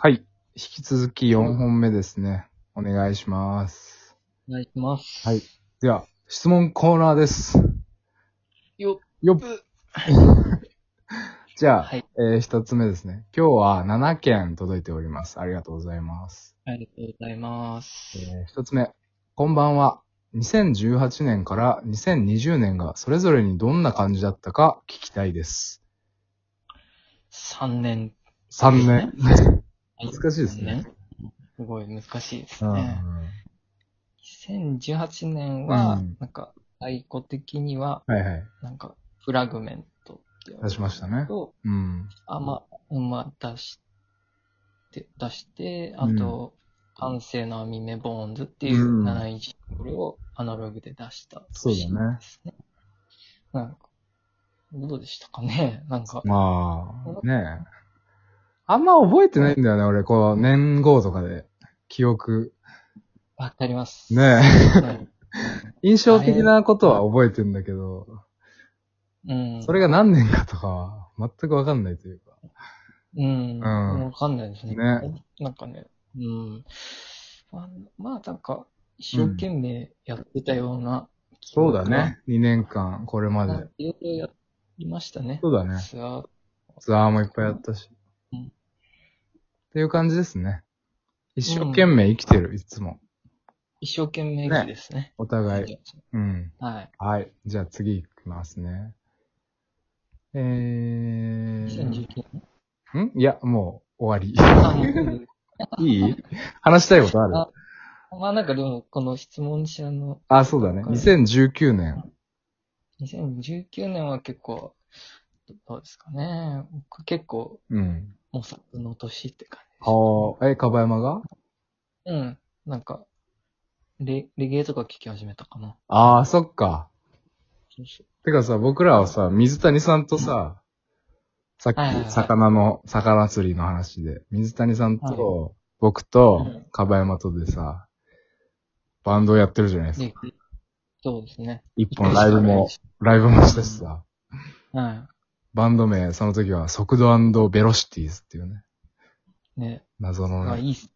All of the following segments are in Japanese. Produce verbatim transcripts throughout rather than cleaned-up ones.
はい。引き続きよんほんめですね。お願いします。 お願いします。 はい。では、質問コーナーです。 よっ。 よっ。じゃあ、 はい。 えー、一つ目ですね。今日はななけん届いております。ありがとうございます。 ありがとうございます。 えー、一つ目。こんばんは。にせんじゅうはちねんからにせんにじゅうねんがそれぞれにどんな感じだったか聞きたいです。 さんねん。 さんねん。 難難しいですね。 すごい難しいですうん。 ね。にせんじゅうはちねんうは、 ん。 なんか、在庫的には、 はいはい。 なんか、フラグメントっていう出しましたね。 と、 うん。 あ、ま、ま、出して、出して、あうん。 と、完成のアニメボーンズってういうん。 ななインチこれをアナログで出したそう年だね。 ですね。なんか、どうでしたかねなんか、 まあ、ねえ。あんま覚えてないんだよね、俺、こう、年号とかで。記憶。 わかります。 ねねえ。印象的なことは覚えてんだけど、 うん。 それが何年かとかは、全くわかんないというか。 うん。 うん。 わかんないですね。 ね。 なんかね、うん。まあ、まあ、なんか、一生うん。 懸命やってたような記そうだ憶は、 ね。にねんかん、これまで。 いろいろやりましたね。 そうだね。 ツアー。 ツアーもいっぱいやったし。 うん。 っていう感じですね。一生懸うん。 命生きてる、いつも。 一生懸命期ね。 ですね。 お互い。うん。 はい。 はい。じゃあ次行きますね。えー。 にせんじゅうきゅうねんんいや、もう終あ、 わもう全部。 り。いい話したいことある？ あ、まあなんかでも、この質問者の、 あ、そうだね。にせんじゅうきゅうねん。 にせんじゅうきゅうねんは結構、どうですかね。結構、 うん。 模索の年って感じでした。 はあ、え、かばやまが？ うん。なんか、レ、レゲエとか聞き始めたかな。 ああ、そっか。 そうそてかさ、僕らはさ、水谷さんとさ、さっう。はいはいき、 はい。 魚の、魚釣りの話で、水谷さんはと、僕とうん、 かばやまとでさ、バンドをやってるじゃないですで、 か。 そうですね。 一本ライブも、ライブもしたしさ、 はバンド名、その時は、速度ベロシティーズっていうね、 い。ね。あ、 謎のね。 いいっす。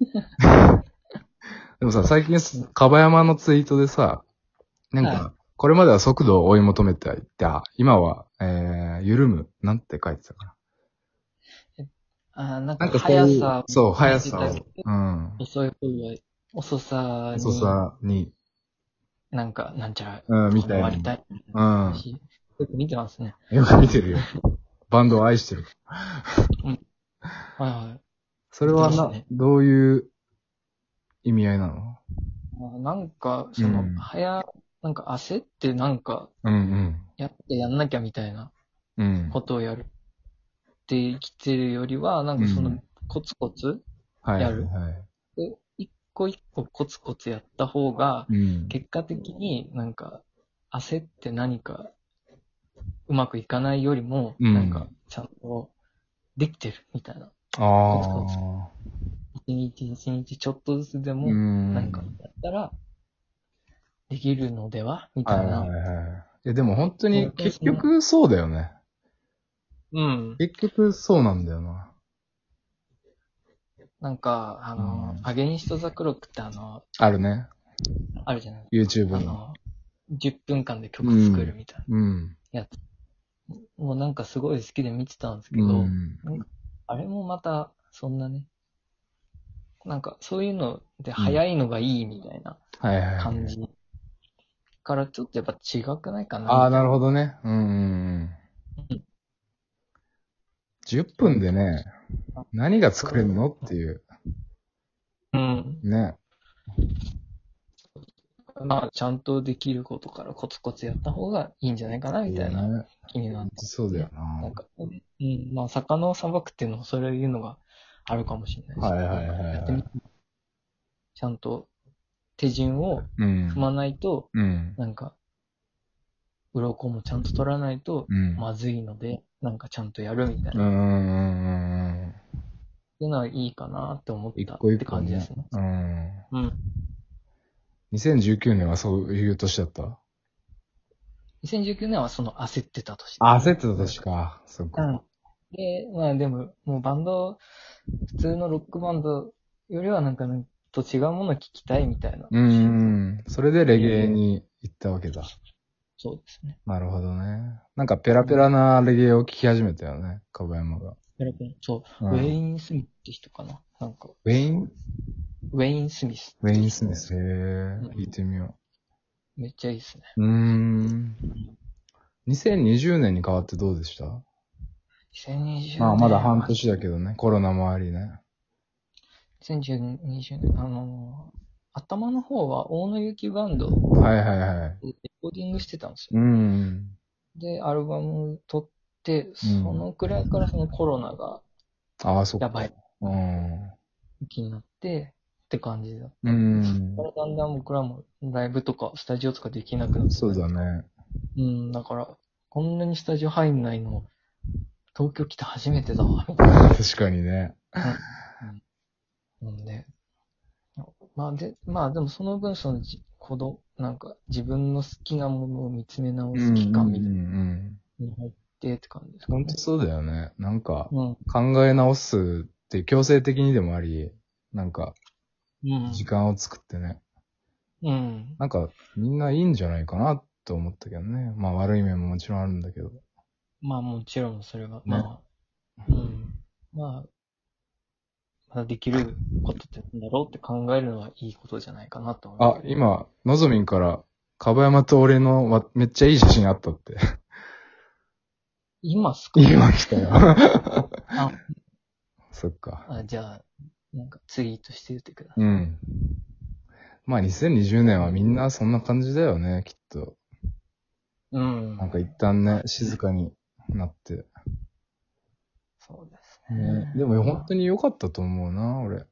でもさ、最近、かばやまのツイートでさ、なんか、 はこれまでは速度を追い求めていた。今は、えー、緩む。なんて書いてたかい。あ、なんな。なかんかそういう、 速さそう、 を見速さを、 せたけど、 うん。 遅い方が、遅さ遅に、 さに、 なんか、なんちゃら、 うん、みこたいだわりたい。 な。 し、よく見てますね。 うん。よく見てるよ。バンドを愛してる。 うん。はいはい。 それはな、 見てますね。 どういう意味合いなの？ あなんか、その、 うん。 早、なんか焦ってなんか、 うんうん。 やってやんなきゃみたいなうん。 ことをやるって生きてるよりは、なんかその、 うん。 コツコツはいはいやる。 はい。 で、一個一個コツコツやった方が、 うん。 結果的になんか、焦って何かうまくいかないよりも、 うんなんか、ちゃんとできてるみたいな。 あコツコツ、 あ。 一日一日ちょっとずつでうも、なんかん。 やったら、できるのではみはいはいたいな。 はい。え、でも本当に本当に結その、 局そうだよね。 うん。 結局そうなんだよな。 なんか、あうの、 ん。 アゲニストザクロックってあの、 あるね。 あるじゃないですか。 YouTube に。 あの、じゅっぷんかんでう曲作るん。 みたいうん。 なやつ。もうなんかすごい好きで見てたんですけうど、 ん。 なんかあれもまた、そんなね、なんかそういうのでうん。 早いのがいいみたいなはいはいはい。 感じからちょっとやっぱ違くないかなああ、なるみたいな。 ほどね。うんうんうん。 うんじゅっぷんそうでね、 あ何が作れるそう。 のっていう。 うん。 ね。 まあ、ちゃんとできることからコツコツやった方がいいんじゃないかなみたいなそうね。 気になったんでそうだよすね。なんな。 か、うん、まあ、魚をさばくっていうのもそういうのがあるかもしれないですけど、 はいはいなんかはいはい。 やってみて、ちゃんと手順をうん。 踏まないと、 うん。 なんか、鱗もちゃんと取らないとうん。 まずいので、なんかちゃんとやるみたいな。っうん。 ていうのはいいかなって思ったっ一個一て個ね。 感じですね。 うん。 うん。 にせんじゅうきゅうねんはそういう年だった？ にせんじゅうきゅうねんはその焦ってた年であ、 すね。 焦ってた年か。そっか。 うん。 で、まあでも、もうバンド、普通のロックバンドよりはなんかね、と違うものを聞きたいみたいな。 うーん。それでレゲエに行ったわけだ。 そうですね。 なるほどね。なんかペラペラなレゲエを聞き始めたよね、かばやまが。 ペラペラそう、 うんウェイン・スミスって人かな。なんか、 ウェインウェイン・スミスウェイン・って人。 スミス。へえ、 うん聞いてみよめっちゃいいですね。 う。うーん。にせんにじゅうねんに変わってどうでした？ にせんにじゅうねんまあ、 は。 まだ半年だけどね。コロナもありね。 にせんにじゅうねん、あの、頭の方は大野ゆきバンドはいはいはい。 でレコーディングしてたんですうよ。 ん。 で、アルバム撮って、 うんそのくらいからそのコロナがああ、そっか。 やばいうん。 気になってって感じだっうた。 ん。 だんだん僕らもライブとかスタジオとかできなくなってそうだね。 うん、だから、こんなにスタジオ入んないの、東京来て初めてだわ、みたいな。 確かにね。 うん。なんで、まあで、まあでもその分そのじ、子供、なんか自分の好きなものを見つめ直す期間みたいうんうんなのに入ってって感じですかね。 本当そうだよね。なんか、 うん。 考え直すって強制的にでもあり、なんか、 うん。 時間を作ってね。 うん。 なんか、みんないいんじゃないかなと思ったけどね。まあ悪い面ももちろんあるんだけど。 まあもちろんそれは、 ねまあ、うん。まあ、まだできることってなんだろうって考えるのはいいことじゃないかなと思いまあ、 す。 今、のぞみんから、かばやまと俺のわめっちゃいい写真あったって。 今っすか？ 今来たよ。 あ、 そっか。 あじゃあ、なんかツイートして言ってください。 うん。まあにせんにじゅうねんはみんなそんな感じだよね、きっと。 うん。 なんか一旦ね、静かになって。 そうですね。 ね、でも本当に良かったと思うな、俺。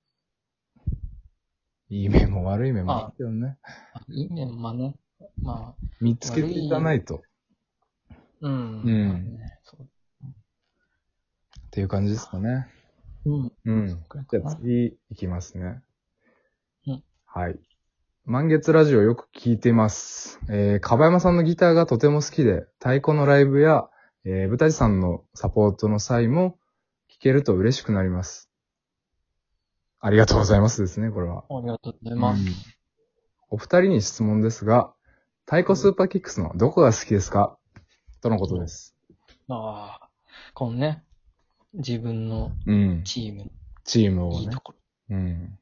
いい面も悪い面もあったよね。 あいい面、まあね。まあ、 見つけていかないと。 うん。 うんまあね、そうっていう感じですかね。 うん。 うん。 くらいじゃかな。 あ次いきますね。 うん。 はい。満月ラジオよく聞いてます。えー、かばやまさんのギターがとても好きで、太鼓のライブや、えー、ぶたじさんのサポートの際も聞けると嬉しくなります。ありがとうございますですね、これは。 ありがとうございます。 うんお二人に質問ですが、太鼓スーパーキックスのどこが好きですかとのことです。 ああ、このね、自分のうん。 チームチームをね。 のいいところ。 うん。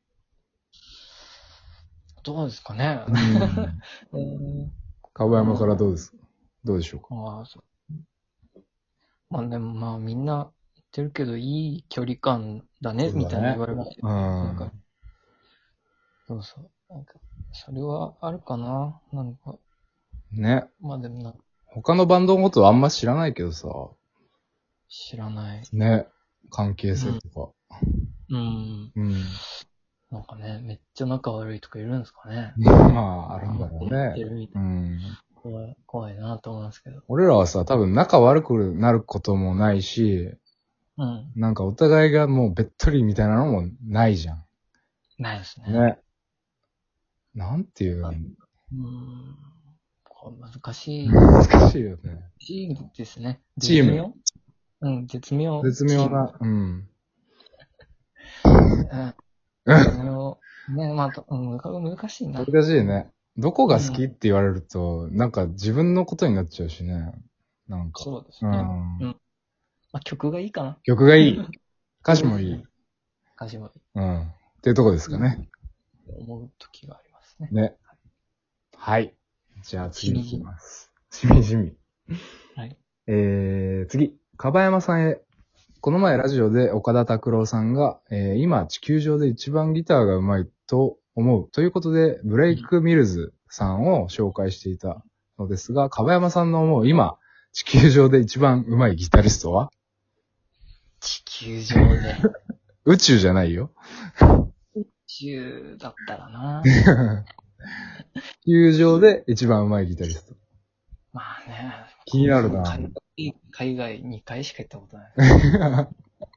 どうですかね。 うん。 うん。 かばやまからどうですかどうでしょうかああ、そう。まあでもまあみんな言ってるけど、いい距離感だね、 そうだねみたいな言われますよ。 うんなんか、そうそう。なんか、それはあるかな。なんか、 ね。 まあでもな、 他のバンドのことはあんま知らないけどさ。 知らない。 ね。関係性とか。 うん。 うん。 なんかね、めっちゃ仲悪いとかいるんですかね。 まあ、あるんだろう言ってね。 るみたいな。 うん。 怖い、怖いなと思いますけど。 俺らはさ、多分仲悪くなることもないし、 うん。 なんかお互いがもうべっとりみたいなのもないじゃん。 ないですね。 ね。なんていうのうーん。これ難しい。 難しいよね。 チームですね。 チーム絶妙うん、絶妙。 絶妙な。うん。 チーム。うん。絶妙。ね、まあと、うん、これ難しいな。 難しいね。どこが好きって言われると、なんか自分のことになっちゃうしね。なんか。うそうですね。 ん。 うん。まあ、曲がいいかな。 曲がいい。歌詞もいい。 歌詞もいい。 うん。っていうとこですかね。 思う時がありますね。 ね。はい。じゃあ次いきます。しみじみ。 はい。 えー、次。かばやまさんへ。この前ラジオで岡田拓郎さんが、えー、今地球上で一番ギターが上手いと思うということで、ブレイク・ミルズさんを紹介していたのですが、かばやまさんの思う今、地球上で一番上手いギタリストは地球上で。 宇宙じゃないよ。 宇宙だったらな。 地球上で一番上手いギタリスト。 まあね。 気になるな。 海外海外にかいしか行ったことない。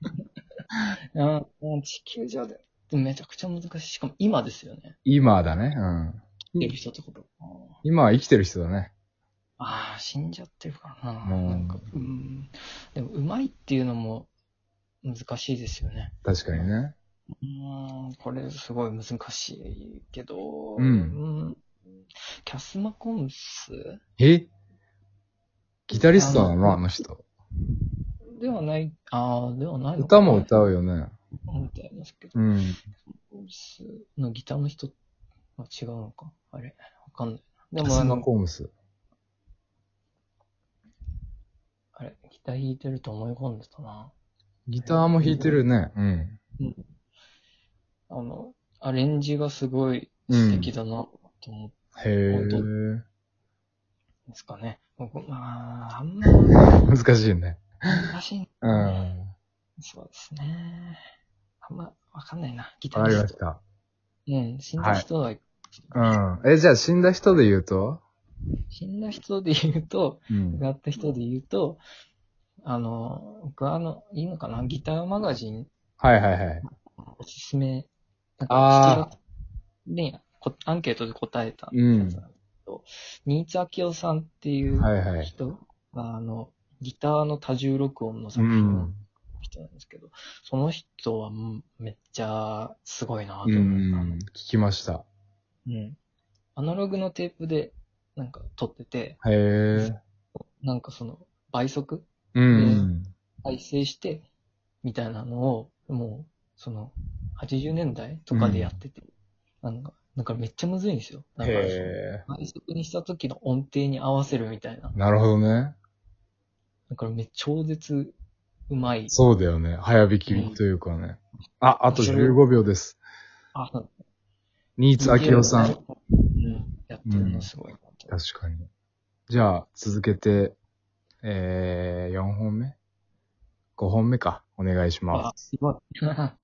うん、地球上で。めちゃくちゃ難しい。しかも今ですよね。 今だね。うん。 生きてる人ってこと。 今は生きてる人だね。 ああ、死んじゃってるからな。 うんなんか、うん。でも、うまいっていうのも、 難しいですよね。 確かにね。 うーん、これすごい難しいけど、 うんんキャス・マコンスえギタリストなあのあの人。 ではない、ああ、ではないのかな。 歌も歌うよね。 みたいですけど、 うん。 キャス・マコンスのギターの人は違うのか。あれわかんないな。でキャスマもあの、 コームス。 あれ、ギター弾いてると思い込んでたな。 ギターも弾いてるね。うん。 うん。あの、アレンジがすごい素敵だなと思っへ音ー。 ですかね。僕、まあ、あんま難しいね。 難しい。 うん。 そうですね。あんまわかんないな。ギタわかリスト。 りました。 うん、死んだ人は、 うん。え、じゃあ死んだ人で言うと死んだ人で言うと、 うん亡くなった人で言うと、あの、僕はあの、いいのかなギターマガジンはいはいはい。 おすすめ、なんかあしちがつにこアンケートで答えたうんやつなんですけど、新津明夫さんっていうはいはい。 人が、あの、ギターの多重録音のう作品をん。 人なんですけど、その人はもうめっちゃすごいなとう思う。 ん。聞きました。 うん。アナログのテープでなんか撮ってて、 へー。 なんかその倍速うん。 再生してみたいなのを、もうそのはちじゅうねんだいとかでやってて、なんか、なんかめっちゃむずいんですよ。だからそのへ倍速にした時の音程に合わせるみたいな。 ー。なるほどね。 だからめっちゃ超絶うまい。 そうだよね。早弾きというかね。あ、あとじゅうごびょうです。 あ、 新津明夫さん。 うん。やってるのすごいなと。 確かに。じゃあ、続けて、えー、よんほんめ ?ご 本目か。お願いします。 あ、すごい。